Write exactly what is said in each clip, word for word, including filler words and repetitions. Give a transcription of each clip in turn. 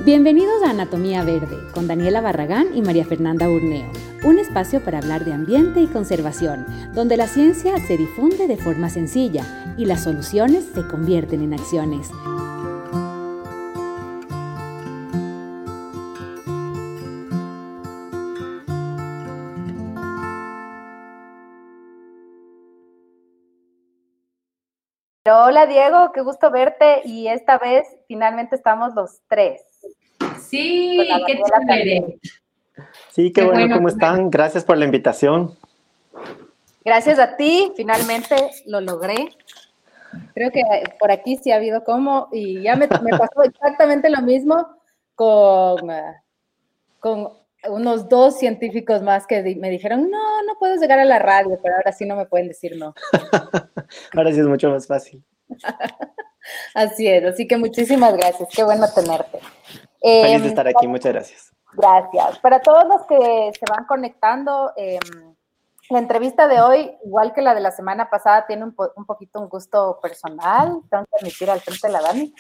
Bienvenidos a Anatomía Verde con Daniela Barragán y María Fernanda Urneo, un espacio para hablar de ambiente y conservación, donde la ciencia se difunde de forma sencilla y las soluciones se convierten en acciones. Hola Diego, qué gusto verte y esta vez finalmente estamos los tres. Sí, qué chévere. Sí, qué, qué bueno, bueno, ¿cómo están? Gracias por la invitación. Gracias a ti, finalmente lo logré. Creo que por aquí sí ha habido como, y ya me, me pasó exactamente lo mismo con, con unos dos científicos más que me dijeron, no, no puedes llegar a la radio, pero ahora sí no me pueden decir no. Ahora sí es mucho más fácil. Así es, así que muchísimas gracias, qué bueno tenerte. Feliz eh, de estar aquí, muchas gracias. Gracias. Para todos los que se van conectando, eh, la entrevista de hoy, igual que la de la semana pasada, tiene un, po un poquito un gusto personal, tengo que admitir al frente de la Dani,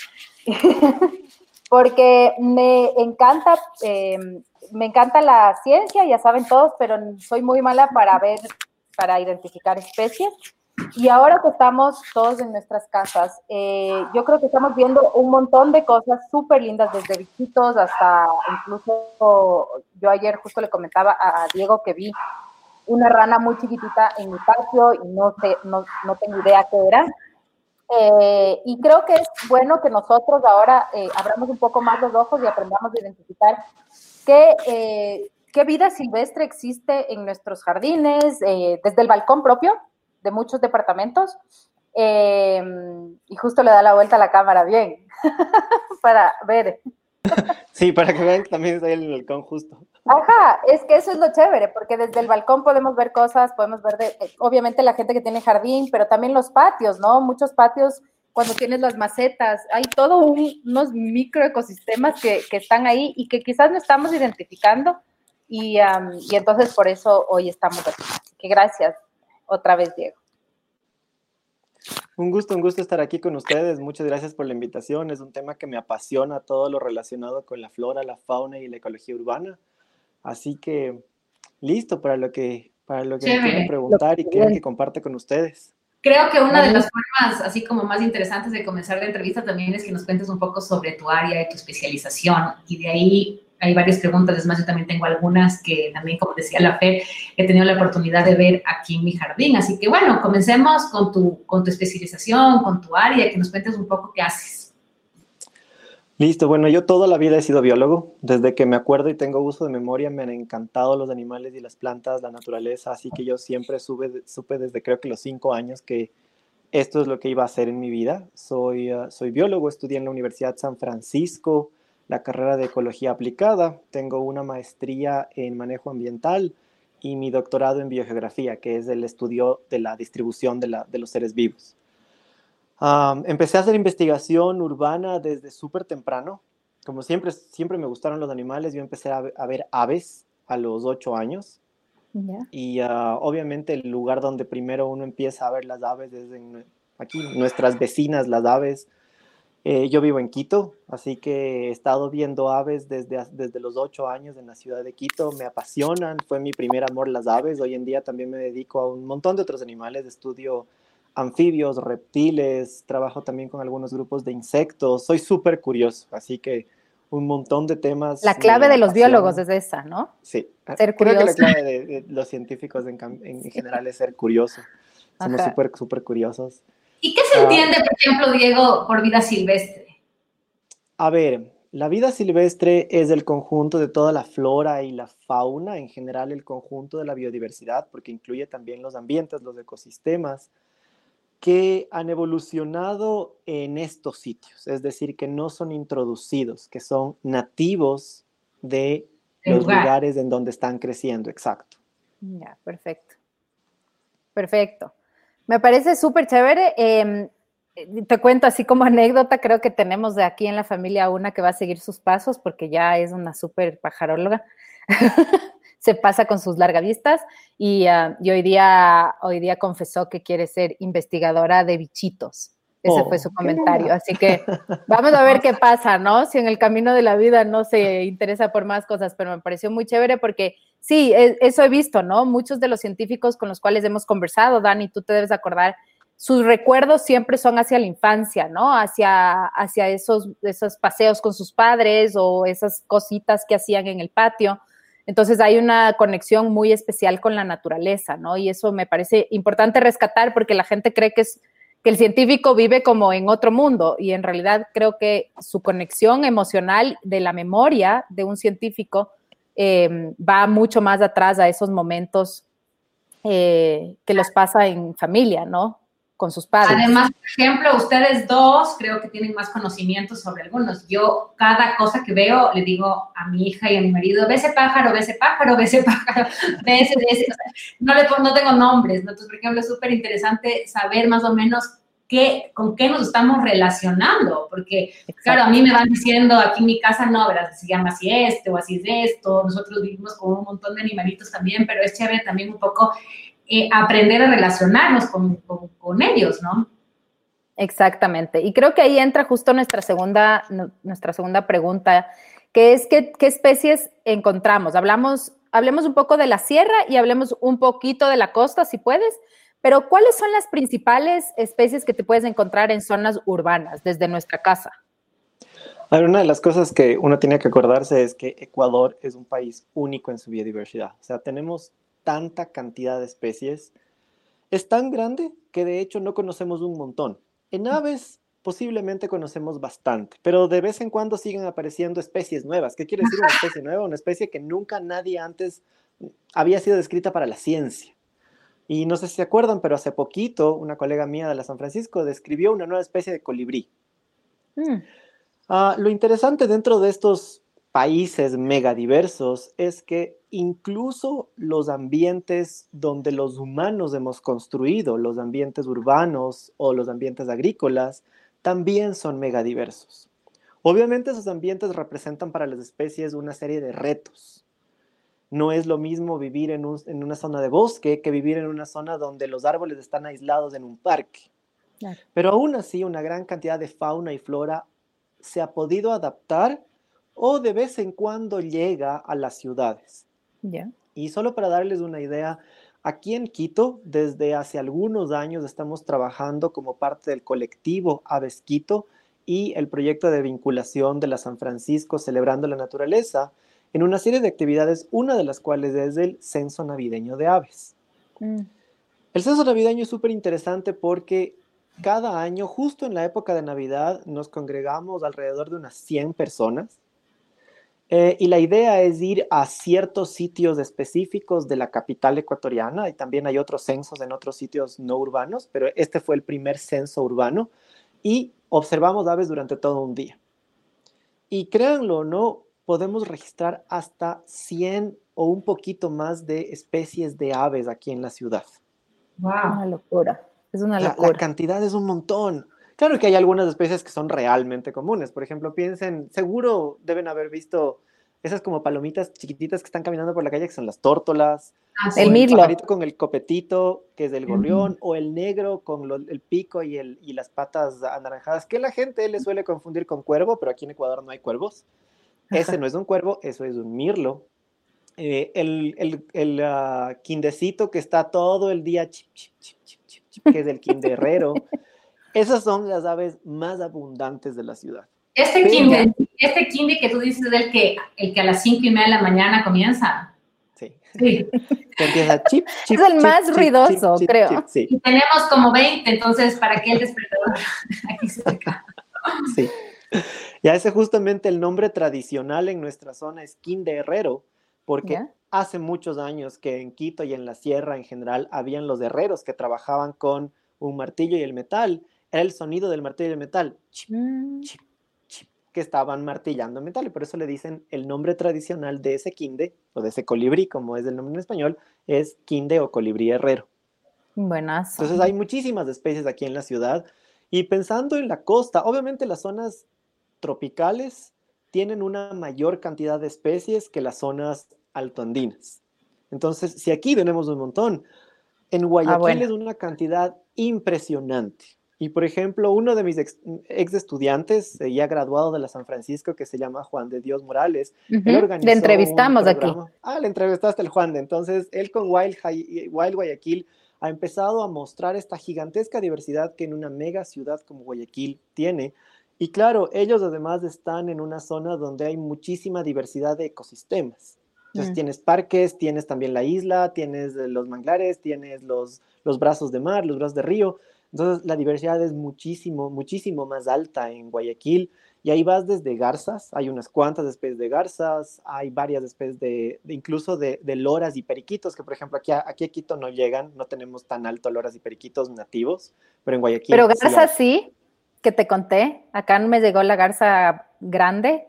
porque me encanta, eh, me encanta la ciencia, ya saben todos, pero soy muy mala para ver, para identificar especies. Y ahora que estamos todos en nuestras casas, eh, yo creo que estamos viendo un montón de cosas súper lindas, desde bichitos hasta incluso, yo ayer justo le comentaba a Diego que vi una rana muy chiquitita en mi patio y no, sé, no, no tengo idea qué era. Eh, y creo que es bueno que nosotros ahora eh, abramos un poco más los ojos y aprendamos a identificar qué, eh, qué vida silvestre existe en nuestros jardines, eh, desde el balcón propio de muchos departamentos, eh, y justo le da la vuelta a la cámara bien, para ver. Sí, para que vean que también estoy en el balcón justo. Ajá, es que eso es lo chévere, porque desde el balcón podemos ver cosas, podemos ver, de, obviamente la gente que tiene jardín, pero también los patios, ¿no? Muchos patios, cuando tienes las macetas, hay todo un, unos microecosistemas que, que están ahí y que quizás no estamos identificando, y, um, y entonces por eso hoy estamos aquí. Así que gracias otra vez, Diego. Un gusto, un gusto estar aquí con ustedes. Muchas gracias por la invitación. Es un tema que me apasiona, todo lo relacionado con la flora, la fauna y la ecología urbana. Así que listo para lo que, para lo que me quieran preguntar y quieren que comparte con ustedes. Creo que una de las formas, así como más interesantes de comenzar la entrevista también es que nos cuentes un poco sobre tu área y tu especialización. Y de ahí hay varias preguntas, es más, yo también tengo algunas que también, como decía la Fer, he tenido la oportunidad de ver aquí en mi jardín. Así que, bueno, comencemos con tu, con tu especialización, con tu área, que nos cuentes un poco qué haces. Listo, bueno, yo toda la vida he sido biólogo. Desde que me acuerdo y tengo uso de memoria, me han encantado los animales y las plantas, la naturaleza, así que yo siempre sube, supe desde creo que los cinco años que esto es lo que iba a hacer en mi vida. Soy, uh, soy biólogo, estudié en la Universidad San Francisco, la carrera de Ecología Aplicada, tengo una maestría en Manejo Ambiental y mi doctorado en Biogeografía, que es el estudio de la distribución de, la, de los seres vivos. Um, empecé a hacer investigación urbana desde súper temprano. Como siempre, siempre me gustaron los animales, yo empecé a, a ver aves a los ocho años. Yeah. Y uh, obviamente el lugar donde primero uno empieza a ver las aves es en, aquí, nuestras vecinas, las aves. Eh, yo vivo en Quito, así que he estado viendo aves desde, desde los ocho años en la ciudad de Quito. Me apasionan, fue mi primer amor las aves. Hoy en día también me dedico a un montón de otros animales, estudio anfibios, reptiles, trabajo también con algunos grupos de insectos. Soy súper curioso, así que un montón de temas. La clave de los biólogos es esa, ¿no? Sí. Ser Creo curioso. que la clave de, de los científicos en, en general es ser curioso. Somos súper, súper curiosos. ¿Y qué se uh, entiende, por ejemplo, Diego, por vida silvestre? A ver, la vida silvestre es el conjunto de toda la flora y la fauna, en general el conjunto de la biodiversidad, porque incluye también los ambientes, los ecosistemas, que han evolucionado en estos sitios, es decir, que no son introducidos, que son nativos de el los lugar. lugares en donde están creciendo, exacto. Ya, perfecto. Perfecto. Me parece súper chévere. Eh, te cuento así como anécdota, creo que tenemos de aquí en la familia una que va a seguir sus pasos porque ya es una súper pajaróloga. Se pasa con sus largavistas y, uh, y hoy, día, hoy día confesó que quiere ser investigadora de bichitos. Ese Oh, fue su qué comentario. linda. Así que vamos a ver qué pasa, ¿no? Si en el camino de la vida no se interesa por más cosas, pero me pareció muy chévere porque sí, eso he visto, ¿no? Muchos de los científicos con los cuales hemos conversado, Dani, tú te debes acordar, sus recuerdos siempre son hacia la infancia, ¿no? Hacia, hacia esos, esos paseos con sus padres o esas cositas que hacían en el patio. Entonces hay una conexión muy especial con la naturaleza, ¿no? Y eso me parece importante rescatar porque la gente cree que es que el científico vive como en otro mundo y en realidad creo que su conexión emocional de la memoria de un científico eh, va mucho más atrás a esos momentos eh, que los pasa en familia, ¿no? Con sus padres. Además, por ejemplo, ustedes dos creo que tienen más conocimiento sobre algunos. Yo, cada cosa que veo, le digo a mi hija y a mi marido, ve ese pájaro, ve ese pájaro, ve ese pájaro, ve ese, ve ese. O sea, no, le, no tengo nombres, ¿no? Entonces, por ejemplo, es súper interesante saber más o menos qué, con qué nos estamos relacionando, porque, exacto, claro, a mí me van diciendo, aquí en mi casa no, ¿verdad? Se llama así este o así es esto. Nosotros vivimos con un montón de animalitos también, pero es chévere también un poco Eh, aprender a relacionarnos con, con, con ellos, ¿no? Exactamente. Y creo que ahí entra justo nuestra segunda, nuestra segunda pregunta, que es ¿qué, qué especies encontramos? Hablamos, hablemos un poco de la sierra y hablemos un poquito de la costa, si puedes, pero ¿cuáles son las principales especies que te puedes encontrar en zonas urbanas desde nuestra casa? A ver, una de las cosas que uno tiene que acordarse es que Ecuador es un país único en su biodiversidad. O sea, tenemos tanta cantidad de especies. Es tan grande que de hecho no conocemos un montón. En aves posiblemente conocemos bastante, pero de vez en cuando siguen apareciendo especies nuevas. ¿Qué quiere decir una especie nueva? Una especie que nunca nadie antes había sido descrita para la ciencia. Y no sé si se acuerdan, pero hace poquito una colega mía de la San Francisco describió una nueva especie de colibrí. Mm. Uh, lo interesante dentro de estos países megadiversos es que incluso los ambientes donde los humanos hemos construido, los ambientes urbanos o los ambientes agrícolas, también son megadiversos. Obviamente esos ambientes representan para las especies una serie de retos. No es lo mismo vivir en, un, en una zona de bosque que vivir en una zona donde los árboles están aislados en un parque. Claro. Pero aún así, una gran cantidad de fauna y flora se ha podido adaptar o de vez en cuando llega a las ciudades. Yeah. Y solo para darles una idea, aquí en Quito, desde hace algunos años estamos trabajando como parte del colectivo Aves Quito y el proyecto de vinculación de la San Francisco Celebrando la Naturaleza en una serie de actividades, una de las cuales es el Censo Navideño de Aves. Mm. El Censo Navideño es súper interesante porque cada año, justo en la época de Navidad, nos congregamos alrededor de unas cien personas eh, y la idea es ir a ciertos sitios específicos de la capital ecuatoriana y también hay otros censos en otros sitios no urbanos, pero este fue el primer censo urbano y observamos aves durante todo un día. Y créanlo o no, podemos registrar hasta cien o un poquito más de especies de aves aquí en la ciudad. ¡Wow! Una locura. Es una la, locura. La cantidad es un montón. Claro que hay algunas especies que son realmente comunes. Por ejemplo, piensen, seguro deben haber visto esas como palomitas chiquititas que están caminando por la calle, que son las tórtolas. Ah, el mirlo. El pajarito con el copetito, que es el gorrión, uh-huh. O el negro con lo, el pico y, el, y las patas anaranjadas, que la gente le suele confundir con cuervo, pero aquí en Ecuador no hay cuervos. Ese no es un cuervo, eso es un mirlo. Eh, el el, el uh, quindecito que está todo el día chip, chip, chip, chip, chip, chip, que es el quinde herrero. Esas son las aves más abundantes de la ciudad. Este quinde, este quinde que tú dices es el que, el que a las cinco y media de la mañana comienza. Sí. Sí. Que empieza chip, chip, es el chip, más chip, ruidoso, chip, creo. Chip, sí. Y tenemos como veinte, entonces, ¿para qué el despertador? Aquí se acaba. Sí. Ya ese justamente el nombre tradicional en nuestra zona es quinde herrero, porque yeah. hace muchos años que en Quito y en la sierra en general habían los herreros que trabajaban con un martillo y el metal. Era el sonido del martillo y el metal, chip, mm. chip, chip, que estaban martillando metal, y por eso le dicen el nombre tradicional de ese quinde, o de ese colibrí, como es el nombre en español, es quinde o colibrí herrero. Buenas. Entonces hay muchísimas especies aquí en la ciudad, y pensando en la costa, obviamente las zonas tropicales tienen una mayor cantidad de especies que las zonas altoandinas. Entonces, si aquí tenemos un montón, en Guayaquil ah, bueno. es una cantidad impresionante. Y, por ejemplo, uno de mis ex, ex estudiantes, eh, ya graduado de la San Francisco, que se llama Juan de Dios Morales, Uh-huh. él organizó le entrevistamos un programa. aquí. Ah, le entrevistaste al Juan de. Entonces, él con Wild, Wild Guayaquil ha empezado a mostrar esta gigantesca diversidad que en una mega ciudad como Guayaquil tiene. Y claro, ellos además están en una zona donde hay muchísima diversidad de ecosistemas. Entonces mm. tienes parques, tienes también la isla, tienes los manglares, tienes los, los brazos de mar, los brazos de río. Entonces la diversidad es muchísimo, muchísimo más alta en Guayaquil. Y ahí vas desde garzas, hay unas cuantas especies de garzas, hay varias especies de, de incluso de, de loras y periquitos, que por ejemplo aquí a, aquí a Quito no llegan, no tenemos tan alto loras y periquitos nativos, pero en Guayaquil Pero garzas sí, sí, que te conté, acá me llegó la garza grande.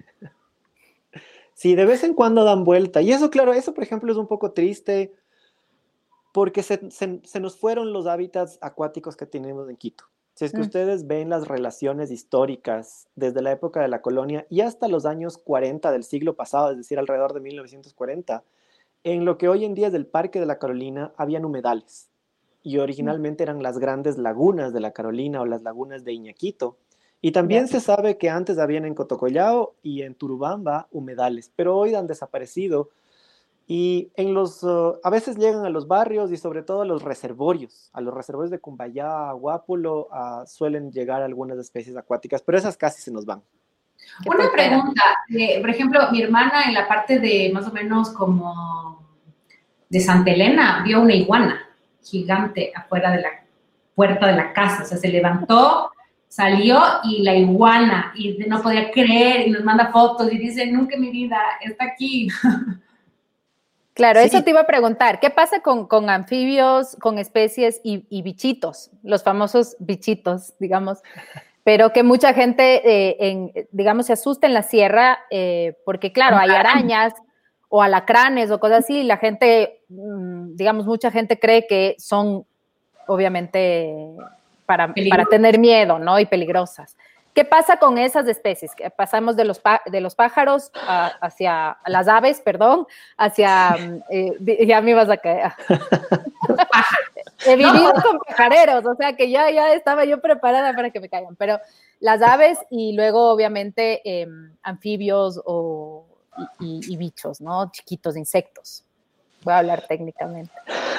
Sí, de vez en cuando dan vuelta. Y eso, claro, eso por ejemplo es un poco triste porque se, se, se nos fueron los hábitats acuáticos que tenemos en Quito. Si es que mm. ustedes ven las relaciones históricas desde la época de la colonia y hasta los años cuarenta del siglo pasado, es decir, alrededor de mil novecientos cuarenta, en lo que hoy en día es el Parque de la Carolina, habían humedales. Y originalmente eran las grandes lagunas de la Carolina o las lagunas de Iñaquito. Y también yeah. se sabe que antes habían en Cotocollao y en Turubamba humedales, pero hoy han desaparecido. Y en los, uh, a veces llegan a los barrios y sobre todo a los reservorios. A los reservorios de Cumbayá, Guápulo, uh, suelen llegar algunas especies acuáticas, pero esas casi se nos van. Una pregunta, eh, por ejemplo, mi hermana en la parte de más o menos como de Santa Elena vio una iguana gigante afuera de la puerta de la casa, o sea, se levantó, salió y la iguana, y no podía creer, y nos manda fotos y dice, nunca en mi vida, está aquí. Claro, sí. Eso te iba a preguntar, ¿qué pasa con, con anfibios, con especies y, y bichitos, los famosos bichitos, digamos, pero que mucha gente, eh, en, digamos, se asusta en la sierra, eh, porque claro, hay arañas o alacranes o cosas así, y la gente, digamos, mucha gente cree que son, obviamente, para, para tener miedo, ¿no? Y peligrosas. ¿Qué pasa con esas especies? Pasamos de los, de los pájaros a, hacia las aves, perdón, hacia, eh, ya me ibas a caer. He vivido no. con pajareros, o sea que ya, ya estaba yo preparada para que me caigan, pero las aves y luego obviamente eh, anfibios o, y, y, y bichos, ¿no? Chiquitos, insectos. Voy a hablar técnicamente.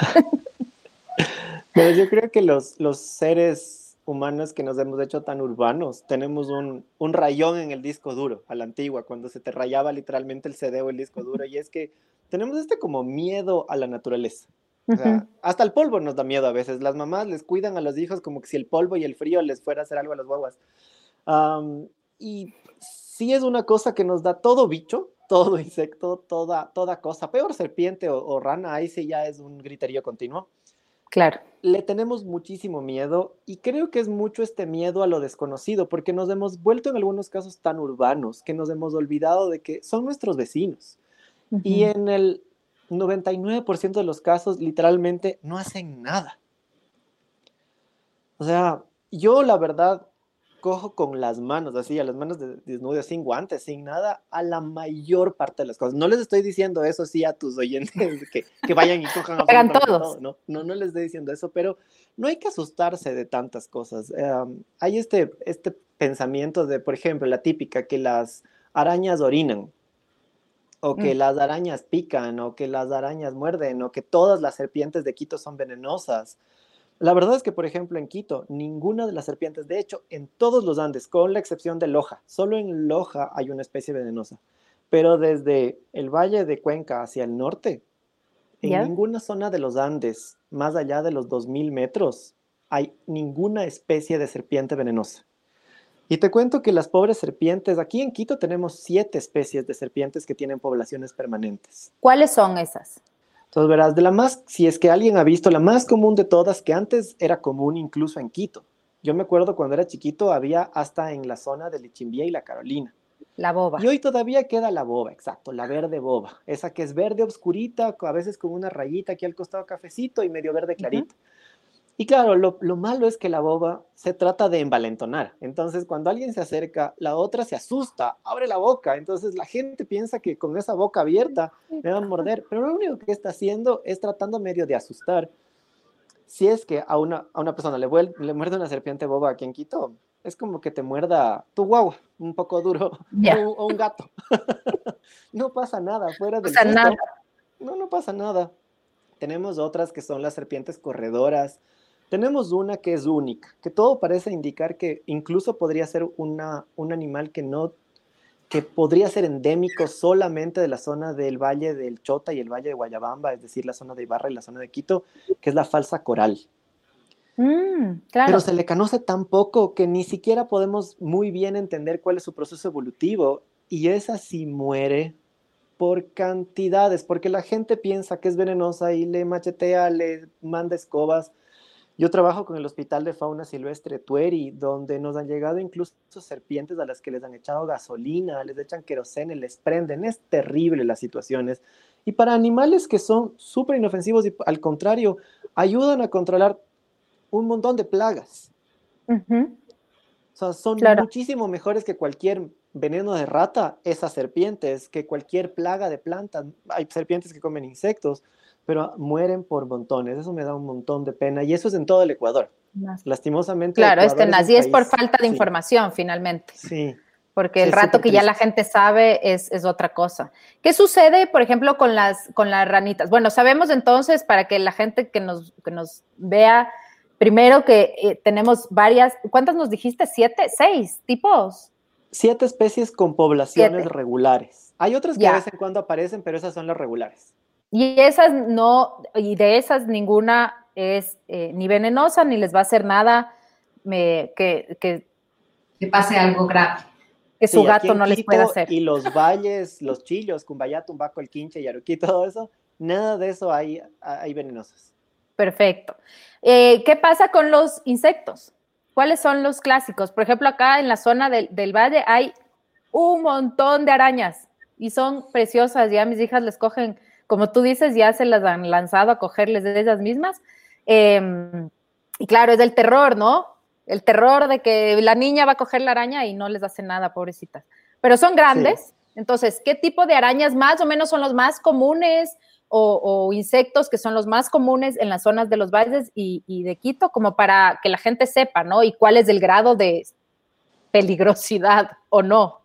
Pero yo creo que los, los seres humanos que nos hemos hecho tan urbanos, tenemos un, un rayón en el disco duro, a la antigua, cuando se te rayaba literalmente el C D o el disco duro, y es que tenemos este como miedo a la naturaleza. O sea, uh-huh. hasta el polvo nos da miedo a veces. Las mamás les cuidan a los hijos como que si el polvo y el frío les fuera a hacer algo a las guaguas. Um, y sí es una cosa que nos da todo bicho, todo insecto, toda, toda cosa, peor serpiente o, o rana, ahí sí ya es un griterío continuo. Claro. Le tenemos muchísimo miedo y creo que es mucho este miedo a lo desconocido, porque nos hemos vuelto en algunos casos tan urbanos que nos hemos olvidado de que son nuestros vecinos. Uh-huh. Y en el noventa y nueve por ciento de los casos literalmente no hacen nada. O sea, yo la verdad cojo con las manos, así, a las manos desnudas, sin guantes, sin nada, a la mayor parte de las cosas. No les estoy diciendo eso sí a tus oyentes, que, que vayan y cojan absolutamente todos. todo. No, no, no les estoy diciendo eso, pero no hay que asustarse de tantas cosas. Um, hay este, este pensamiento de, por ejemplo, la típica, que las arañas orinan, o que mm. las arañas pican, o que las arañas muerden, o que todas las serpientes de Quito son venenosas. La verdad es que, por ejemplo, en Quito, ninguna de las serpientes, de hecho, en todos los Andes, con la excepción de Loja, solo en Loja hay una especie venenosa, pero desde el Valle de Cuenca hacia el norte, en yeah. ninguna zona de los Andes, más allá de los dos mil metros, hay ninguna especie de serpiente venenosa. Y te cuento que las pobres serpientes, aquí en Quito tenemos siete especies de serpientes que tienen poblaciones permanentes. ¿Cuáles son esas? Entonces verás, de la más, si es que alguien ha visto, la más común de todas, que antes era común incluso en Quito. Yo me acuerdo cuando era chiquito, había hasta en la zona de Lichimbía y la Carolina. La boba. Y hoy todavía queda la boba, exacto, la verde boba. Esa que es verde oscurita, a veces con una rayita aquí al costado cafecito y medio verde clarito. Uh-huh. Y claro, lo, lo malo es que la boba se trata de envalentonar. Entonces, cuando alguien se acerca, la otra se asusta, abre la boca. Entonces, la gente piensa que con esa boca abierta me van a morder. Pero lo único que está haciendo es tratando medio de asustar. si es que a una, a una persona le, vuel, le muerde una serpiente boba aquí en Quito, es como que te muerda tu guagua, un poco duro, Yeah. o, o un gato. No pasa nada, fuera del O sea, susto, nada. no, no pasa nada. Tenemos otras que son las serpientes corredoras. Tenemos una que es única, que todo parece indicar que incluso podría ser una, un animal que no, que podría ser endémico solamente de la zona del Valle del Chota y el Valle de Guayabamba, es decir, la zona de Ibarra y la zona de Quito, que es la falsa coral. Mm, claro. Pero se le conoce tan poco que ni siquiera podemos muy bien entender cuál es su proceso evolutivo, y esa sí muere por cantidades, porque la gente piensa que es venenosa y le machetea, le manda escobas. Yo trabajo con el Hospital de Fauna Silvestre Tueri, donde nos han llegado incluso serpientes a las que les han echado gasolina, les echan querosene, les prenden. Es terrible las situaciones. Y para animales que son súper inofensivos y al contrario, ayudan a controlar un montón de plagas. Uh-huh. O sea, son Claro. muchísimo mejores que cualquier veneno de rata, esas serpientes, que cualquier plaga de plantas. Hay serpientes que comen insectos, pero mueren por montones. Eso me da un montón de pena. Y eso es en todo el Ecuador. Más. Lastimosamente, Claro, Ecuador este, es así un es por país- falta de sí, información, finalmente. Sí. Porque Sí, el es rato súper que ya la triste. gente sabe es, es otra cosa. ¿Qué sucede, por ejemplo, con las, con las ranitas? Bueno, sabemos entonces, para que la gente que nos, que nos vea, primero que eh, tenemos varias, ¿cuántas nos dijiste? ¿Siete? ¿Seis tipos? Siete especies con poblaciones Siete. regulares. Hay otras que Ya. de vez en cuando aparecen, pero esas son las regulares. Y esas no, y de esas ninguna es eh, ni venenosa, ni les va a hacer nada me, que, que, Que pase algo grave. que su Sí, aquí gato en no les Quito pueda hacer. y los valles, los chillos, Cumbayá, Tumbaco, El Quinche, Yaruquí, todo eso, nada de eso hay, hay venenosos. Perfecto. Eh, ¿Qué pasa con los insectos? ¿Cuáles son los clásicos? Por ejemplo, acá en la zona del, del valle hay un montón de arañas y son preciosas. Ya mis hijas les cogen, como tú dices, ya se las han lanzado a cogerles de ellas mismas. Eh, y claro, es el terror, ¿no? El terror de que la niña va a coger la araña y no les hace nada, pobrecitas. Pero son grandes. Sí. Entonces, ¿qué tipo de arañas más o menos son los más comunes? O, o insectos que son los más comunes en las zonas de los valles y, y de Quito, como para que la gente sepa, ¿no? Y cuál es el grado de peligrosidad o no.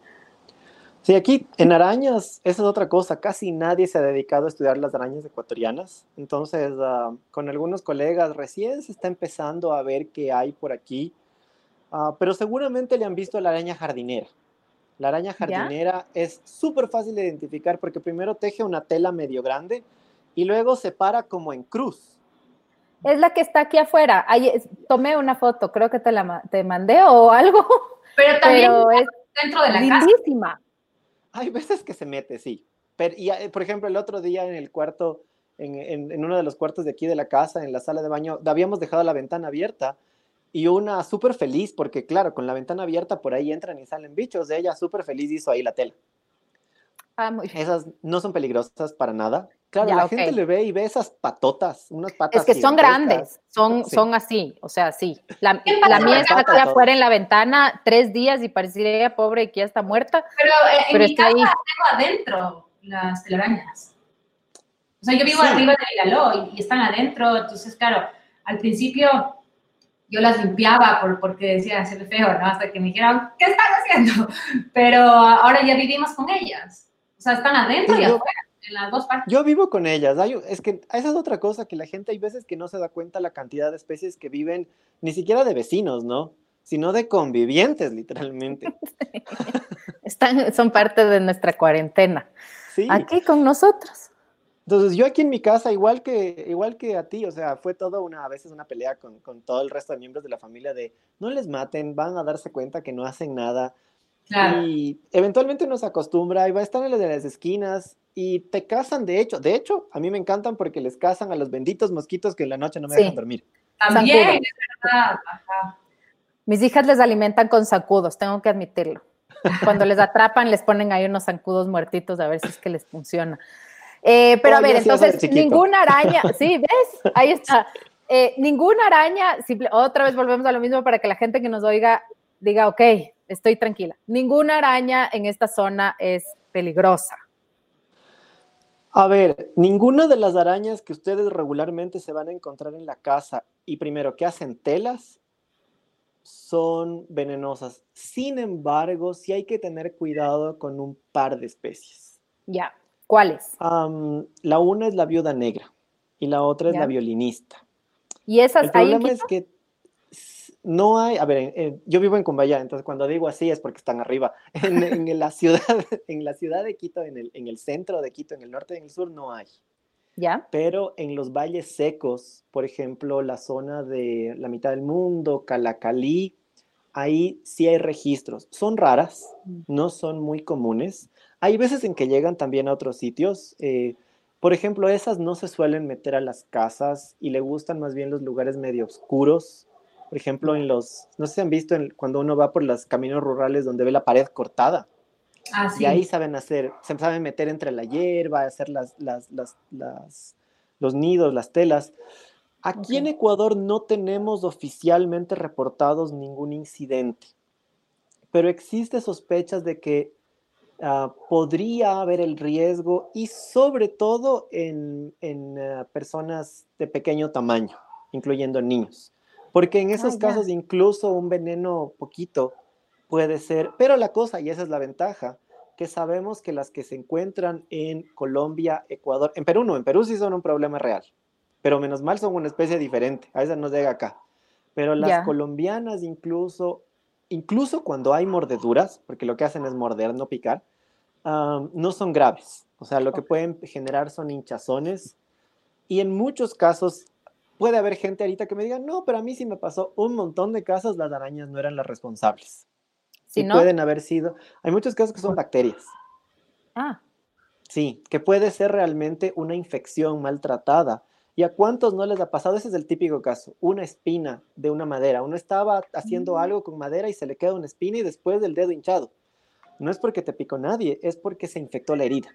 Sí, aquí en arañas, esa es otra cosa, casi nadie se ha dedicado a estudiar las arañas ecuatorianas, entonces uh, con algunos colegas recién se está empezando a ver qué hay por aquí, uh, pero seguramente le han visto a la araña jardinera. La araña jardinera ¿Ya? Es súper fácil de identificar porque primero teje una tela medio grande y luego se para como en cruz. Es la que está aquí afuera. Ahí, tomé una foto, creo que te la te mandé o algo. Pero también pero es dentro de la lindísima. casa. Hay veces que se mete, sí. Pero, y, por ejemplo, el otro día en el cuarto, en, en, en uno de los cuartos de aquí de la casa, en la sala de baño, habíamos dejado la ventana abierta. Y una súper feliz, porque claro, con la ventana abierta por ahí entran y salen bichos. Ella súper feliz hizo ahí la tela. Ah, muy bien. Esas no son peligrosas para nada. Claro, ya, la okay. gente le ve y ve esas patotas, unas patas Es que son grandes, son, sí. son así, o sea, sí. La, la mía está aquí afuera en la ventana tres días y parecería pobre que ya está muerta. Pero eh, en pero mi está casa ahí. tengo adentro las telarañas. O sea, yo vivo sí. arriba de Milaló y, y están adentro, entonces, claro, al principio yo las limpiaba por, porque decía, se ve feo, ¿no? Hasta que me dijeron, ¿qué están haciendo? Pero ahora ya vivimos con ellas. O sea, están adentro sí, y yo, afuera, en las dos partes. Yo vivo con ellas. Hay, es que esa es otra cosa, que la gente hay veces que no se da cuenta la cantidad de especies que viven, ni siquiera de vecinos, ¿no? Sino de convivientes, literalmente. Están, son parte de nuestra cuarentena. Sí. Aquí con nosotros. Entonces, yo aquí en mi casa, igual que, igual que a ti, o sea, fue todo una, a veces una pelea con, con todo el resto de miembros de la familia de no les maten, van a darse cuenta que no hacen nada. Claro. Y eventualmente uno se acostumbra y va a estar en las de las esquinas y te cazan, de hecho. De hecho, a mí me encantan porque les cazan a los benditos mosquitos que en la noche no me sí. dejan dormir. También, es verdad. Ajá. Mis hijas les alimentan con zancudos, tengo que admitirlo. Cuando les atrapan, les ponen ahí unos zancudos muertitos a ver si es que les funciona. Eh, pero oh, a ver, entonces, ninguna araña, sí, ¿ves? Ahí está. Eh, ninguna araña, simple, otra vez volvemos a lo mismo para que la gente que nos oiga diga, ok, estoy tranquila. Ninguna araña en esta zona es peligrosa. A ver, ninguna de las arañas que ustedes regularmente se van a encontrar en la casa y primero que hacen telas son venenosas. Sin embargo, sí hay que tener cuidado con un par de especies. Ya. ¿Cuáles? Um, la una es la viuda negra y la otra es ¿Ya? la violinista. ¿Y esas El hay en problema Quito? es que no hay, a ver, eh, eh, yo vivo en Cumbayá, entonces cuando digo así es porque están arriba. En, en la ciudad, en la ciudad de Quito, en el, en el centro de Quito, en el norte y en el sur, no hay. ¿Ya? Pero en los valles secos, por ejemplo, la zona de la mitad del mundo, Calacalí, ahí sí hay registros. Son raras, no son muy comunes. Hay veces en que llegan también a otros sitios. Eh, por ejemplo, esas no se suelen meter a las casas y le gustan más bien los lugares medio oscuros. Por ejemplo, en los, no sé si han visto en, cuando uno va por los caminos rurales donde ve la pared cortada. Ah, Y ahí sí. saben hacer, se saben meter entre la hierba, hacer las, las, las, las, los nidos, las telas. Aquí en Ok. Ecuador no tenemos oficialmente reportados ningún incidente, pero existe sospechas de que uh, podría haber el riesgo y sobre todo en, en uh, personas de pequeño tamaño, incluyendo niños. Porque en Ah, esos ya. casos incluso un veneno poquito puede ser, pero la cosa, y esa es la ventaja, que sabemos que las que se encuentran en Colombia, Ecuador, en Perú no, en Perú sí son un problema real, pero menos mal son una especie diferente, a esa no llega acá. Pero las Ya. colombianas incluso, incluso cuando hay mordeduras, porque lo que hacen es morder, no picar, um, no son graves. O sea, lo que Ok. pueden generar son hinchazones y en muchos casos puede haber gente ahorita que me diga, no, pero a mí sí me pasó un montón de casos, las arañas no eran las responsables. Si Y no, pueden haber sido, hay muchos casos que son bacterias. ah, Sí, que puede ser realmente una infección maltratada. ¿Y a cuántos no les ha pasado? Ese es el típico caso, una espina de una madera. Uno estaba haciendo algo con madera y se le queda una espina y después del dedo hinchado. No es porque te picó nadie, es porque se infectó la herida.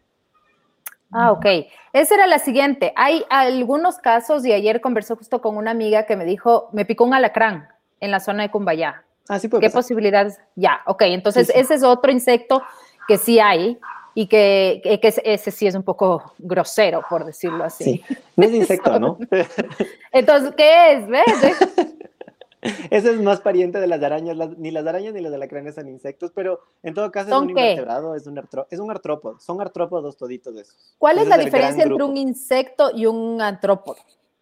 ah, ok. Esa era la siguiente. Hay algunos casos, y ayer conversé justo con una amiga que me dijo, me picó un alacrán en la zona de Cumbayá. Ah, sí puede ¿Qué pasar. posibilidades? Ya, ok. Sí, Entonces, sí. ese es otro insecto que sí hay y que, que, que ese sí es un poco grosero, por decirlo así. Sí, no es insecto, ¿no? Entonces, ¿qué es? ¿Ves? Ese es más pariente de las arañas. Las, ni las arañas ni los alacranes son insectos, pero en todo caso es un ¿Son qué? invertebrado, es un, artro, es un artrópodo. Son artrópodos toditos de esos. ¿Cuál es Ese la es el gran diferencia entre un grupo. insecto y un artrópodo?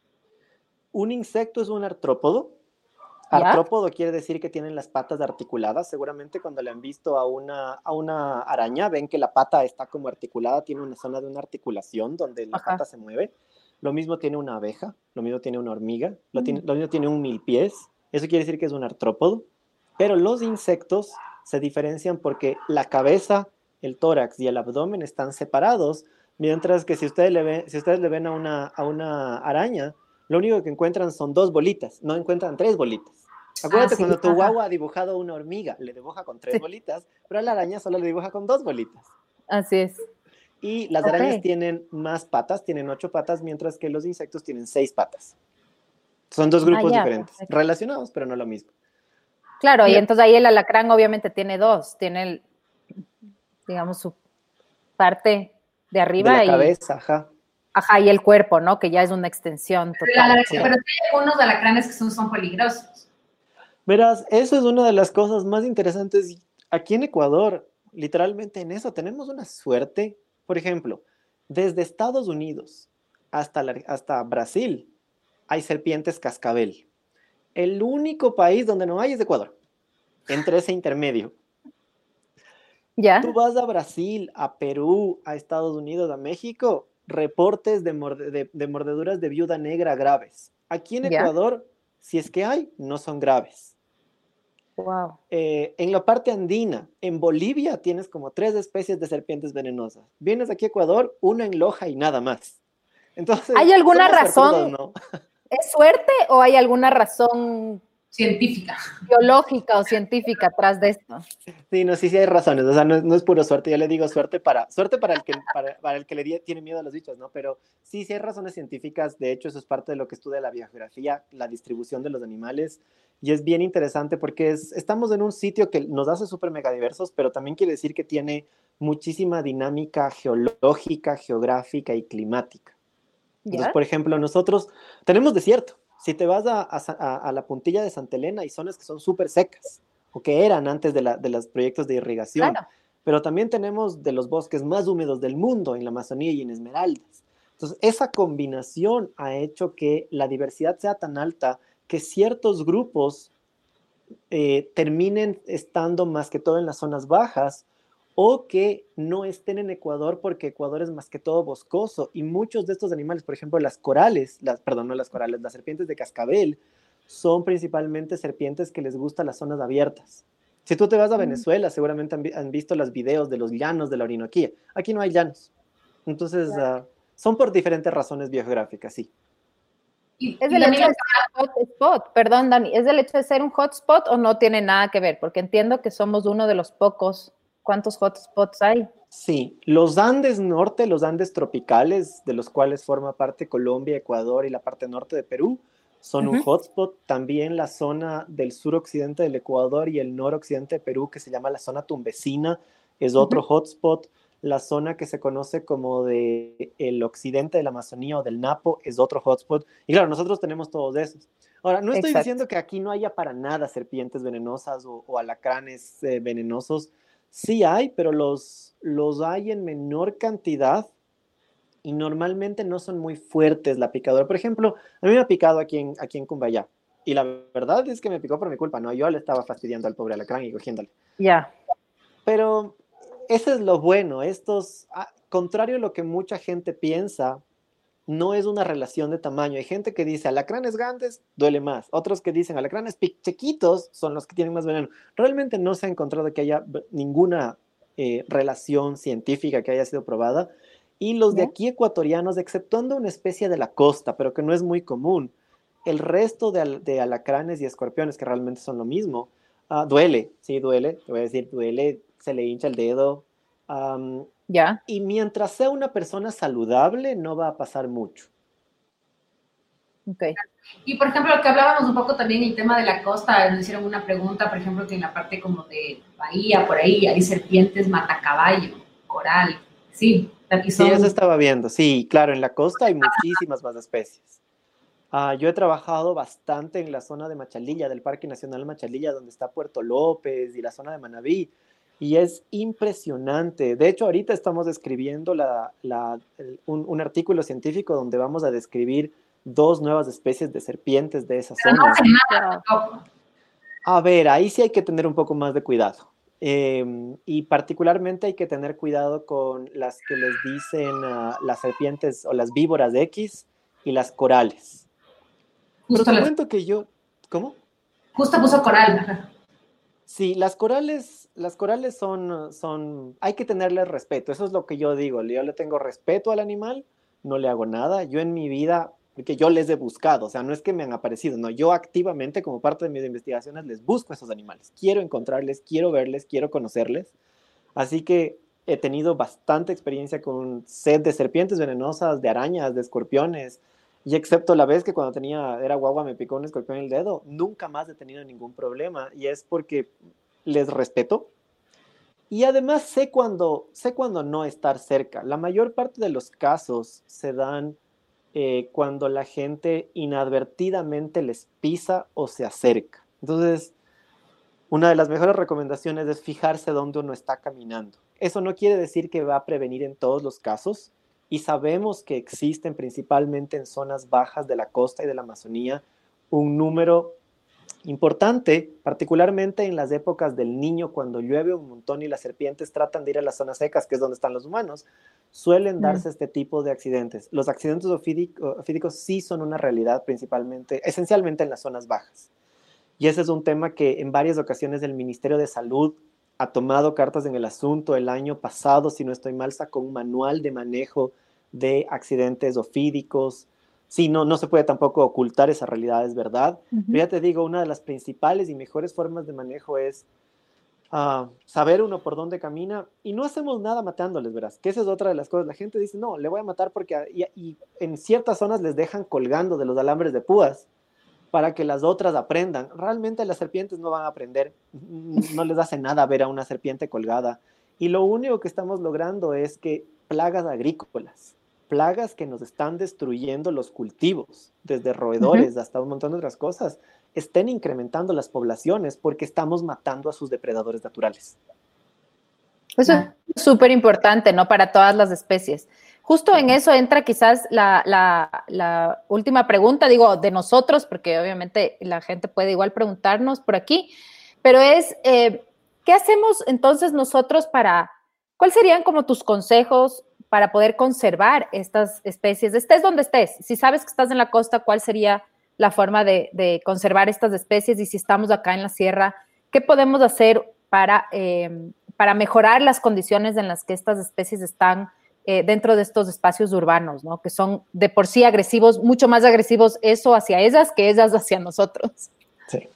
Un insecto es un artrópodo. ¿Ya? Artrópodo quiere decir que tienen las patas articuladas. Seguramente cuando le han visto a una, a una araña, ven que la pata está como articulada, tiene una zona de una articulación donde la Ajá. pata se mueve. Lo mismo tiene una abeja, lo mismo tiene una hormiga, lo, Mm. tiene, lo mismo tiene un milpiés. Eso quiere decir que es un artrópodo. Pero los insectos se diferencian porque la cabeza, el tórax y el abdomen están separados, mientras que si ustedes le ven, si ustedes le ven a, una, a una araña, lo único que encuentran son dos bolitas, no encuentran tres bolitas. Ah, Acuérdate sí. cuando tu Ajá. guagua ha dibujado una hormiga, le dibuja con tres Sí, bolitas, pero a la araña solo le dibuja con dos bolitas. así es. Y las Ok. arañas tienen más patas, tienen ocho patas, mientras que los insectos tienen seis patas. Son dos Ah, grupos ya, diferentes, perfecto. relacionados, pero no lo mismo. Claro, y Y entonces ahí el alacrán obviamente tiene dos, tiene el, digamos, su parte de de la arriba y, cabeza, ajá. ajá, y el cuerpo, ¿no? Que ya es una extensión total. La- Sí. pero sí hay algunos alacranes que son, son peligrosos. Verás, eso es una de las cosas más interesantes. Aquí en Ecuador, literalmente en eso tenemos una suerte. Por ejemplo, desde Estados Unidos hasta, la, hasta Brasil hay serpientes cascabel. El único país donde no hay es Ecuador, entre ese intermedio. Tú ¿Ya? vas a Brasil, a Perú, a Estados Unidos, a México, reportes de, morde, de, de mordeduras de viuda negra graves. Aquí en ¿Ya? Ecuador, si es que hay, no son graves. Wow. Eh, en la parte andina, en Bolivia, tienes como tres especies de serpientes venenosas. Vienes aquí a Ecuador, una en Loja y nada más. Entonces, ¿Hay alguna somos suertudos, razón, ¿no? es suerte o hay alguna razón científica. Biológica o científica atrás de esto. Sí, no, sí, sí hay razones, o sea, no, no es puro suerte, yo le digo suerte para, suerte para el que, para, para el que le tiene miedo a los bichos, ¿no? Pero sí, sí hay razones científicas, de hecho eso es parte de lo que estudia la biogeografía, la distribución de los animales, y es bien interesante porque es, estamos en un sitio que nos hace súper mega diversos, pero también quiere decir que tiene muchísima dinámica geológica, geográfica y climática. Entonces, ¿Ya? por ejemplo, nosotros tenemos desierto. Si te vas a, a, a la puntilla de Santa Elena, hay zonas que son súper secas, o que eran antes de, la, de los proyectos de irrigación. Claro. Pero también tenemos de los bosques más húmedos del mundo, en la Amazonía y en Esmeraldas. Entonces, esa combinación ha hecho que la diversidad sea tan alta que ciertos grupos eh, terminen estando más que todo en las zonas bajas, o que no estén en Ecuador porque Ecuador es más que todo boscoso, y muchos de estos animales, por ejemplo las corales, las, perdón, no las corales, las serpientes de cascabel, son principalmente serpientes que les gustan las zonas abiertas. Si tú te vas a Venezuela, seguramente han, han visto los videos de los llanos de la Orinoquía. Aquí no hay llanos. Entonces, uh, son por diferentes razones biogeográficas, sí. Y, ¿Es y el también hecho de ser un hotspot? Perdón, Dani, ¿es el hecho de ser un hotspot o no tiene nada que ver? Porque entiendo que somos uno de los pocos. ¿Cuántos hotspots hay? Sí, los Andes norte, los Andes tropicales, de los cuales forma parte Colombia, Ecuador y la parte norte de Perú, son un Uh-huh. hotspot. También la zona del suroccidente del Ecuador y el noroccidente de Perú, que se llama la zona tumbesina, es otro Uh-huh. hotspot. La zona que se conoce como de el occidente de la Amazonía o del Napo es otro hotspot. Y claro, nosotros tenemos todos esos. Ahora, no estoy Exacto. diciendo que aquí no haya para nada serpientes venenosas o, o alacranes eh, venenosos. Sí hay, pero los, los hay en menor cantidad y normalmente no son muy fuertes la picadura. Por ejemplo, a mí me ha picado aquí en, aquí en Cumbayá, y la verdad es que me picó por mi culpa, ¿no? Yo le estaba fastidiando al pobre alacrán y cogiéndole. Ya. Yeah. Pero ese es lo bueno, estos, ah, contrario a lo que mucha gente piensa, no es una relación de tamaño. Hay gente que dice alacranes grandes duele más, otros que dicen alacranes chiquitos son los que tienen más veneno. Realmente no se ha encontrado que haya ninguna eh, relación científica que haya sido probada, y los de aquí ecuatorianos, exceptuando una especie de la costa, pero que no es muy común, el resto de, al de alacranes y escorpiones, que realmente son lo mismo, uh, duele, sí duele, te voy a decir, duele, se le hincha el dedo, um, ya. y mientras sea una persona saludable, no va a pasar mucho. Okay. Y, por ejemplo, lo que hablábamos un poco también, el tema de la costa, nos hicieron una pregunta, por ejemplo, que en la parte como de Bahía, por ahí, hay serpientes matacaballo, coral, sí. Y son... Sí, eso estaba viendo, sí, claro, en la costa hay muchísimas más especies. Uh, yo he trabajado bastante en la zona de Machalilla, del Parque Nacional Machalilla, donde está Puerto López y la zona de Manabí. Y es impresionante. De hecho, ahorita estamos escribiendo la, la, el, un, un artículo científico donde vamos a describir dos nuevas especies de serpientes de esa Pero zona. no hace nada tampoco. A ver, ahí sí hay que tener un poco más de cuidado. Eh, y particularmente hay que tener cuidado con las que les dicen uh, las serpientes o las víboras de X y las corales. Justo Pero te las... cuento que yo... ¿Cómo? Justo puso coral. Sí, las corales, las corales son, son, hay que tenerles respeto, eso es lo que yo digo, yo le tengo respeto al animal, no le hago nada, yo en mi vida, porque yo les he buscado, o sea, no es que me han aparecido, no, yo activamente como parte de mis investigaciones les busco a esos animales, quiero encontrarles, quiero verles, quiero conocerles, así que he tenido bastante experiencia con sed de serpientes venenosas, de arañas, de escorpiones, y excepto la vez que cuando tenía, era guagua, me picó un escorpión en el dedo, nunca más he tenido ningún problema, y es porque les respeto, y además sé cuando, sé cuando no estar cerca. La mayor parte de los casos se dan eh, cuando la gente inadvertidamente les pisa o se acerca. Entonces, una de las mejores recomendaciones es fijarse dónde uno está caminando. Eso no quiere decir que va a prevenir en todos los casos, y sabemos que existen principalmente en zonas bajas de la costa y de la Amazonía un número importante, particularmente en las épocas del Niño, cuando llueve un montón y las serpientes tratan de ir a las zonas secas, que es donde están los humanos, suelen darse mm. este tipo de accidentes. Los accidentes ofídicos sí son una realidad, principalmente, esencialmente en las zonas bajas. Y ese es un tema que en varias ocasiones el Ministerio de Salud ha tomado cartas en el asunto. El año pasado, si no estoy mal, sacó un manual de manejo de accidentes ofídicos. sí, no, no se puede tampoco ocultar esa realidad, es verdad. Uh-huh. Pero ya te digo, una de las principales y mejores formas de manejo es uh, saber uno por dónde camina y no hacemos nada matándoles, verás, que esa es otra de las cosas. La gente dice, no, le voy a matar porque, y, y en ciertas zonas les dejan colgando de los alambres de púas para que las otras aprendan. Realmente las serpientes no van a aprender, no les hace nada ver a una serpiente colgada. Y lo único que estamos logrando es que plagas agrícolas, plagas que nos están destruyendo los cultivos, desde roedores uh-huh. hasta un montón de otras cosas, estén incrementando las poblaciones porque estamos matando a sus depredadores naturales. Eso ah. es súper importante, ¿no? Para todas las especies. Justo en eso entra quizás la, la, la última pregunta, digo, de nosotros, porque obviamente la gente puede igual preguntarnos por aquí, pero es, eh, ¿qué hacemos entonces nosotros para, cuáles serían como tus consejos para poder conservar estas especies? Estés donde estés, si sabes que estás en la costa, ¿cuál sería la forma de, de conservar estas especies? Y si estamos acá en la sierra, ¿qué podemos hacer para, eh, para mejorar las condiciones en las que estas especies están Eh, dentro de estos espacios urbanos, ¿no? Que son de por sí agresivos, mucho más agresivos eso hacia ellas que ellas hacia nosotros. Sí.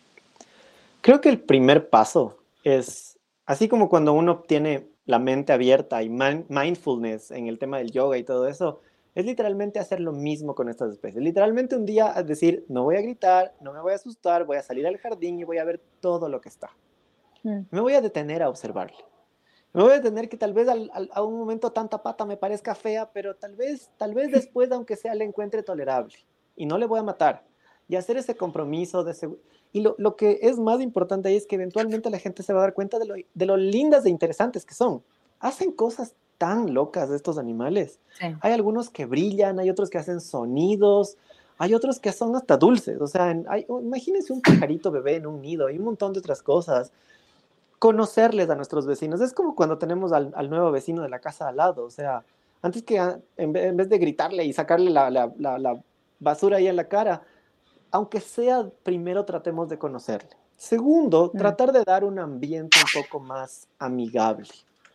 Creo que el primer paso es, así como cuando uno tiene la mente abierta y man, mindfulness en el tema del yoga y todo eso, es literalmente hacer lo mismo con estas especies. Literalmente un día decir, no voy a gritar, no me voy a asustar, voy a salir al jardín y voy a ver todo lo que está. Mm. Me voy a detener a observarle. Me voy a tener que tal vez al, al, a un momento tanta pata me parezca fea, pero tal vez, tal vez después, aunque sea, le encuentre tolerable. Y no le voy a matar. Y hacer ese compromiso. De ese, y lo, lo que es más importante ahí es que eventualmente la gente se va a dar cuenta de lo, de lo lindas e interesantes que son. Hacen cosas tan locas estos animales. Sí. Hay algunos que brillan, hay otros que hacen sonidos, hay otros que son hasta dulces. O sea, hay, imagínense un pajarito bebé en un nido y un montón de otras cosas. Conocerles a nuestros vecinos. Es como cuando tenemos al, al nuevo vecino de la casa al lado. O sea, antes que en vez, en vez de gritarle y sacarle la, la, la, la basura ahí en la cara, aunque sea, primero tratemos de conocerle. Segundo, mm. tratar de dar un ambiente un poco más amigable.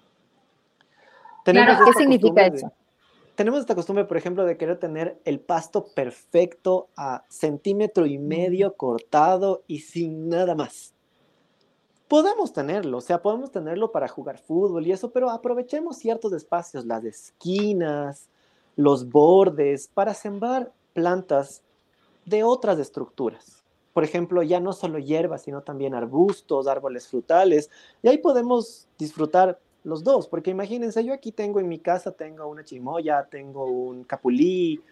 Tenemos claro, ¿qué significa eso? De, tenemos esta costumbre, por ejemplo, de querer tener el pasto perfecto a centímetro y medio mm. cortado y sin nada más. Podemos tenerlo, o sea, podemos tenerlo para jugar fútbol y eso, pero aprovechemos ciertos espacios, las esquinas, los bordes, para sembrar plantas de otras estructuras. Por ejemplo, ya no solo hierbas, sino también arbustos, árboles frutales, y ahí podemos disfrutar los dos, porque imagínense, yo aquí tengo en mi casa, tengo una chimoya, tengo un capulí,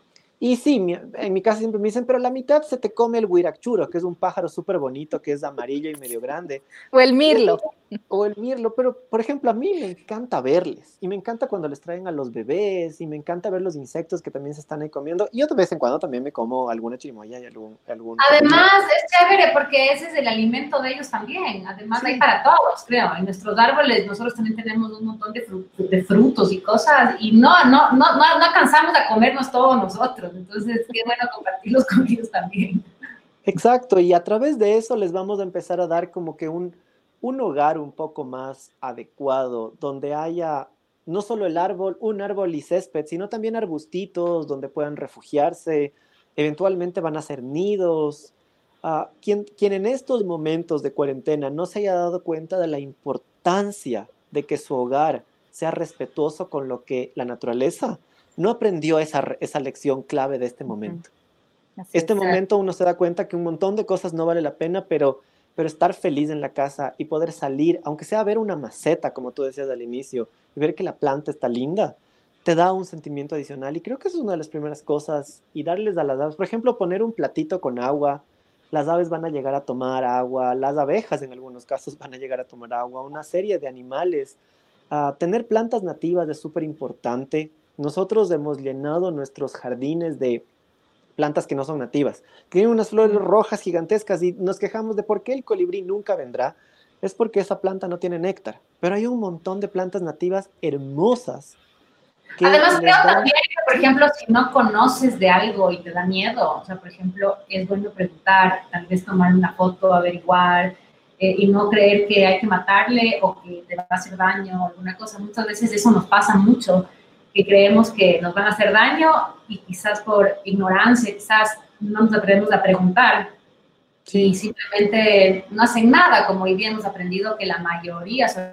y sí, mi, en mi casa siempre me dicen, pero la mitad se te come el huirachuro, que es un pájaro súper bonito, que es amarillo y medio grande. O el mirlo. O el mirlo, pero por ejemplo, a mí me encanta verles, y me encanta cuando les traen a los bebés, y me encanta ver los insectos que también se están ahí comiendo, y yo de vez en cuando también me como alguna chimoya y algún... algún Además, comida. Es chévere porque ese es el alimento de ellos también, además sí. Hay para todos, creo, en nuestros árboles nosotros también tenemos un montón de, fru de frutos y cosas, y no, no, no, no, no cansamos de comernos todos nosotros. Entonces, qué bueno compartirlos con ellos también. Exacto, y a través de eso les vamos a empezar a dar como que un, un hogar un poco más adecuado, donde haya no solo el árbol, un árbol y césped, sino también arbustitos donde puedan refugiarse, eventualmente van a hacer nidos. Uh, quien, quien en estos momentos de cuarentena no se haya dado cuenta de la importancia de que su hogar sea respetuoso con lo que la naturaleza no aprendió esa, esa lección clave de este momento. Así este es, momento uno se da cuenta que un montón de cosas no vale la pena, pero, pero estar feliz en la casa y poder salir, aunque sea a ver una maceta, como tú decías al inicio, y ver que la planta está linda, te da un sentimiento adicional. Y creo que eso es una de las primeras cosas. Y darles a las aves, por ejemplo, poner un platito con agua. Las aves van a llegar a tomar agua, las abejas en algunos casos van a llegar a tomar agua, una serie de animales. Uh, tener plantas nativas es súper importante. Nosotros hemos llenado nuestros jardines de plantas que no son nativas, que tienen unas flores rojas gigantescas y nos quejamos de por qué el colibrí nunca vendrá. Es porque esa planta no tiene néctar, pero hay un montón de plantas nativas hermosas. Que Además, creo dan... también que, por ejemplo, si no conoces de algo y te da miedo, o sea, por ejemplo, es bueno preguntar, tal vez tomar una foto, averiguar, eh, y no creer que hay que matarle o que te va a hacer daño o alguna cosa. Muchas veces eso nos pasa mucho. que creemos que nos van a hacer daño y quizás por ignorancia, quizás no nos atrevemos a preguntar sí. y simplemente no hacen nada, como hoy día hemos aprendido que la mayoría son...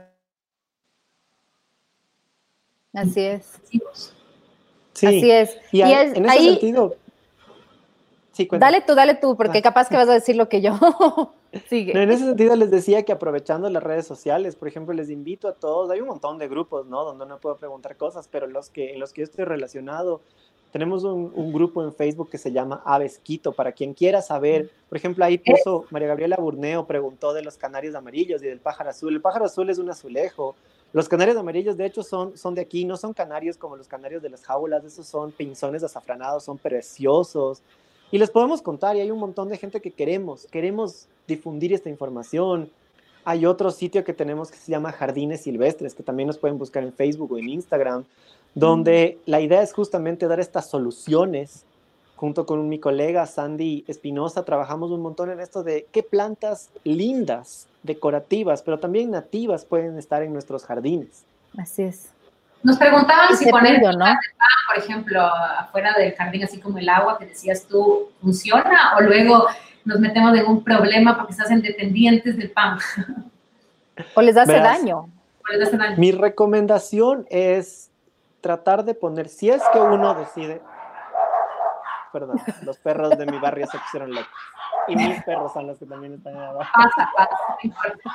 Así es. Sí. Así es. Y, y hay, es, en ese ahí, sentido... Sí, dale tú, dale tú, porque ah. capaz que vas a decir lo que yo. Sigue. No, en ese sentido les decía que aprovechando las redes sociales, por ejemplo, les invito a todos, hay un montón de grupos, ¿no? Donde uno puede preguntar cosas, pero los que, en los que yo estoy relacionado, tenemos un, un grupo en Facebook que se llama Aves Quito, para quien quiera saber, por ejemplo, ahí puso, María Gabriela Burneo preguntó de los canarios amarillos y del pájaro azul. El pájaro azul es un azulejo. Los canarios amarillos, de hecho, son, son de aquí, no son canarios como los canarios de las jaulas, esos son pinzones azafranados, son preciosos. Y les podemos contar, y hay un montón de gente que queremos, queremos difundir esta información. Hay otro sitio que tenemos que se llama Jardines Silvestres, que también nos pueden buscar en Facebook o en Instagram, donde mm. la idea es justamente dar estas soluciones. Junto con mi colega Sandy Espinosa trabajamos un montón en esto de qué plantas lindas, decorativas, pero también nativas pueden estar en nuestros jardines. Así es. Nos preguntaban Ese si poner pillo, ¿no? pan, por ejemplo, afuera del jardín, así como el agua que decías tú, ¿funciona? O luego nos metemos en un problema porque se hacen dependientes del pan. O les hace Verás, daño. O les hace daño. Mi recomendación es tratar de poner, si es que uno decide, perdón, los perros de mi barrio se pusieron locos. Y mis perros son los que también están ahí abajo. Pasa, pasa, no importa.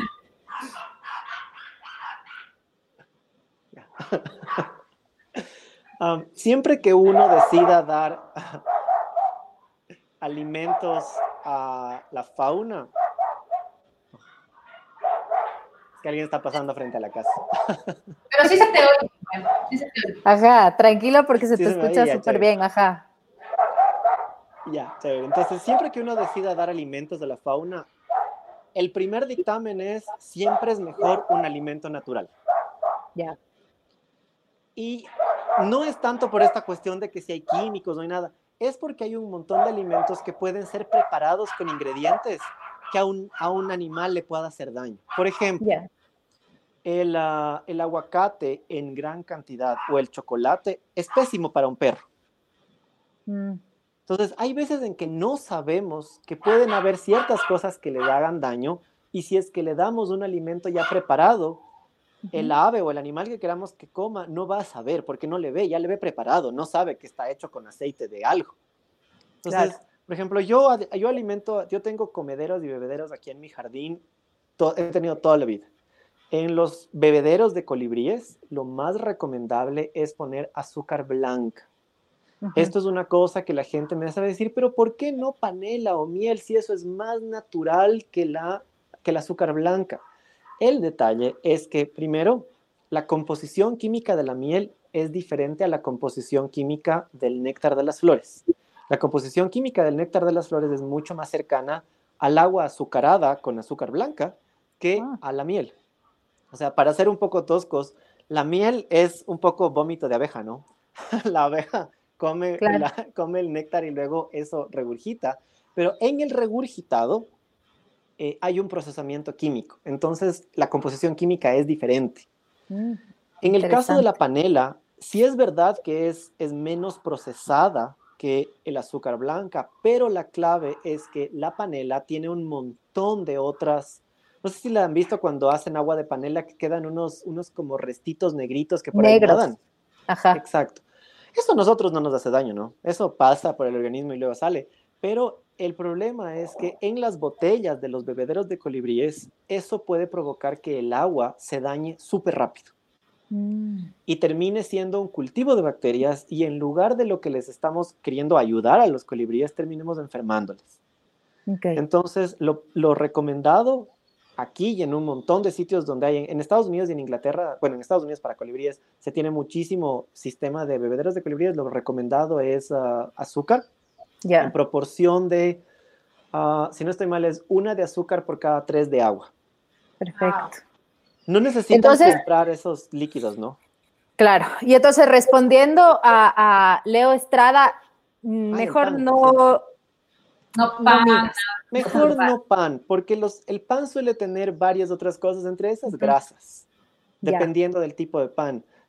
um, siempre que uno decida dar alimentos a la fauna, es que alguien está pasando frente a la casa. Pero sí se te oye. Bueno, sí se te oye. Ajá, tranquilo porque se Sí, te se escucha oye, súper chévere. bien, ajá. Ya, chévere. Entonces, siempre que uno decida dar alimentos a la fauna, el primer dictamen es, siempre es mejor un alimento natural. Ya. Y no es tanto por esta cuestión de que si hay químicos, no hay nada, es porque hay un montón de alimentos que pueden ser preparados con ingredientes que a un, a un animal le pueda hacer daño. Por ejemplo, Ya. el, uh, el aguacate en gran cantidad o el chocolate es pésimo para un perro. Mm. Entonces, hay veces en que no sabemos que pueden haber ciertas cosas que le hagan daño, y si es que le damos un alimento ya preparado, uh-huh. el ave o el animal que queramos que coma no va a saber, porque no le ve, ya le ve preparado, no sabe que está hecho con aceite de algo. Entonces, claro. por ejemplo, yo, yo alimento, yo tengo comederos y bebederos aquí en mi jardín, to, he tenido toda la vida. En los bebederos de colibríes, lo más recomendable es poner azúcar blanca. Uh-huh. Esto es una cosa que la gente me hace decir, pero ¿por qué no panela o miel si eso es más natural que, la, que el azúcar blanca? El detalle es que, primero, la composición química de la miel es diferente a la composición química del néctar de las flores. La composición química del néctar de las flores es mucho más cercana al agua azucarada con azúcar blanca que ah. a la miel. O sea, para ser un poco toscos, la miel es un poco vómito de abeja, ¿no? La abeja come, claro. la, come el néctar y luego eso regurgita, pero en el regurgitado eh, hay un procesamiento químico, entonces la composición química es diferente. Mm, en el caso de la panela, sí es verdad que es, es menos procesada que el azúcar blanca, pero la clave es que la panela tiene un montón de otras, no sé si la han visto cuando hacen agua de panela, que quedan unos, unos como restitos negritos que por Negros. ahí nadan. Ajá. Exacto. Eso a nosotros no nos hace daño, ¿no? Eso pasa por el organismo y luego sale. Pero el problema es que en las botellas de los bebederos de colibríes, eso puede provocar que el agua se dañe súper rápido. Mm. Y termine siendo un cultivo de bacterias, y en lugar de lo que les estamos queriendo ayudar a los colibríes, terminemos enfermándoles. Okay. Entonces, lo, lo recomendado aquí y en un montón de sitios donde hay, en Estados Unidos y en Inglaterra, bueno, en Estados Unidos para colibríes se tiene muchísimo sistema de bebederos de colibríes, lo recomendado es uh, azúcar, yeah. en proporción de, uh, si no estoy mal, es una de azúcar por cada tres de agua. Perfecto. No necesitan entonces, comprar esos líquidos, ¿no? Claro, y entonces respondiendo a, a Leo Estrada, mejor ah, pan, no... Sí. No pan. No, mejor no pan, porque los, el pan suele tener varias otras cosas, entre esas uh-huh. grasas, dependiendo yeah. del tipo de pan.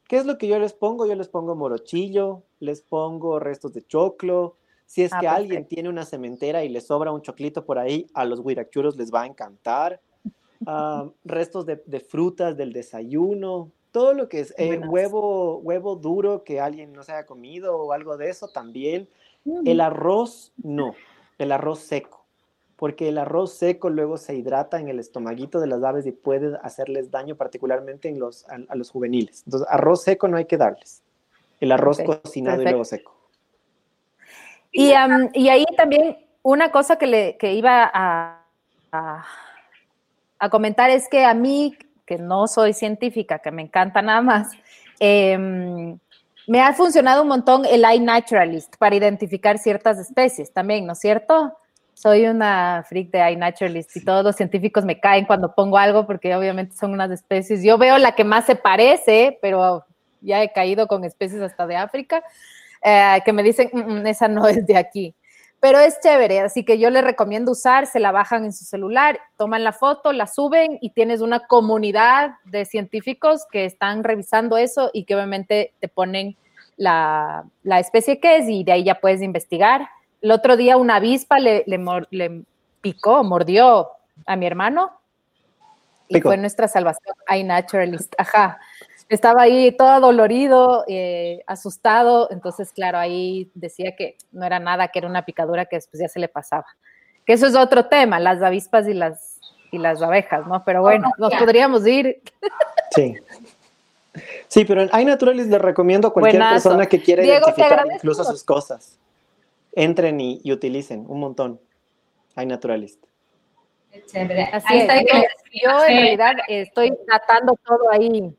¿qué es lo que yo les pongo? Yo les pongo morochillo, les pongo restos de choclo. Si es Ah, que perfecto. alguien tiene una cementera y le sobra un choclito por ahí, a los huirachuros les va a encantar. Uh, restos de, de frutas del desayuno, todo lo que es eh, huevo, huevo duro que alguien no se haya comido o algo de eso también. Uh-huh. El arroz, no, el arroz seco, porque el arroz seco luego se hidrata en el estomaguito de las aves y puede hacerles daño, particularmente en los, a, a los juveniles. Entonces, arroz seco no hay que darles, el arroz okay, cocinado perfecto. Y luego seco. Y, um, y ahí también una cosa que, le, que iba a, a, a comentar es que a mí, que no soy científica, que me encanta nada más, eh, me ha funcionado un montón el iNaturalist para identificar ciertas especies también, ¿no es cierto? Soy una freak de iNaturalist y todos los científicos me caen cuando pongo algo porque obviamente son unas especies. Yo veo la que más se parece, pero ya he caído con especies hasta de África, eh, que me dicen, mm, esa no es de aquí. Pero es chévere, así que yo les recomiendo usar, se la bajan en su celular, toman la foto, la suben y tienes una comunidad de científicos que están revisando eso y que obviamente te ponen la, la especie que es y de ahí ya puedes investigar. El otro día una avispa le, le, mor, le picó, mordió a mi hermano y Pico. Fue nuestra salvación, iNaturalist, ajá. Estaba ahí todo dolorido, eh, asustado, entonces, claro, ahí decía que no era nada, que era una picadura que después ya se le pasaba. Que eso es otro tema, las avispas y las, y las abejas, ¿no? Pero bueno, nos podríamos ir. Sí. Sí, pero en iNaturalist les recomiendo a cualquier Buenazo. Persona que quiera Diego, identificar incluso sus cosas. Entren y, y utilicen un montón iNaturalist. Chévere. Así ahí es. Está yo, yo en realidad estoy tratando todo ahí.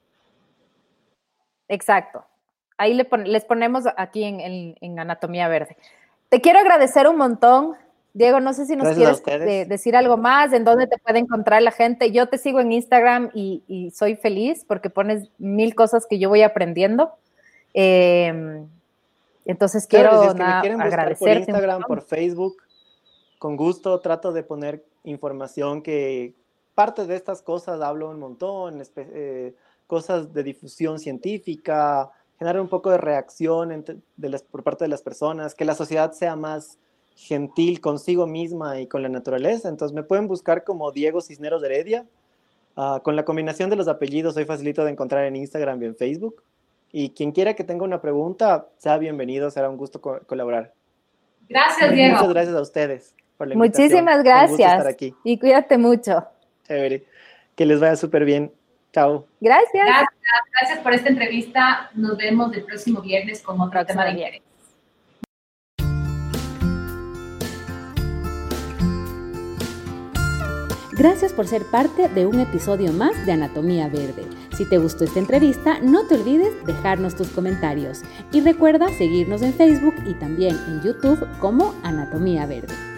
Exacto. Ahí le pon, les ponemos aquí en, en, en Anatomía Verde. Te quiero agradecer un montón. Diego, no sé si nos Gracias quieres de, decir algo más, en dónde te puede encontrar la gente. Yo te sigo en Instagram y, y soy feliz porque pones mil cosas que yo voy aprendiendo. Eh, entonces quiero claro, si es que nada, me quieren buscar agradecerte. Por Instagram, por Facebook, con gusto trato de poner información que parte de estas cosas hablo un montón, eh, cosas de difusión científica, generar un poco de reacción entre, de las, por parte de las personas, que la sociedad sea más gentil consigo misma y con la naturaleza. Entonces me pueden buscar como Diego Cisneros Heredia. Uh, con la combinación de los apellidos soy facilito de encontrar en Instagram y en Facebook. Y quien quiera que tenga una pregunta, sea bienvenido, será un gusto co- colaborar. Gracias, Diego. Muchas gracias a ustedes por la invitación. Muchísimas gracias. Un gusto estar aquí. Y cuídate mucho. Chévere. Que les vaya súper bien. Chao. Gracias. Gracias. Gracias por esta entrevista. Nos vemos el próximo viernes con otro tema de interés. Gracias por ser parte de un episodio más de Anatomía Verde. Si te gustó esta entrevista, no te olvides dejarnos tus comentarios. Y recuerda seguirnos en Facebook y también en YouTube como Anatomía Verde.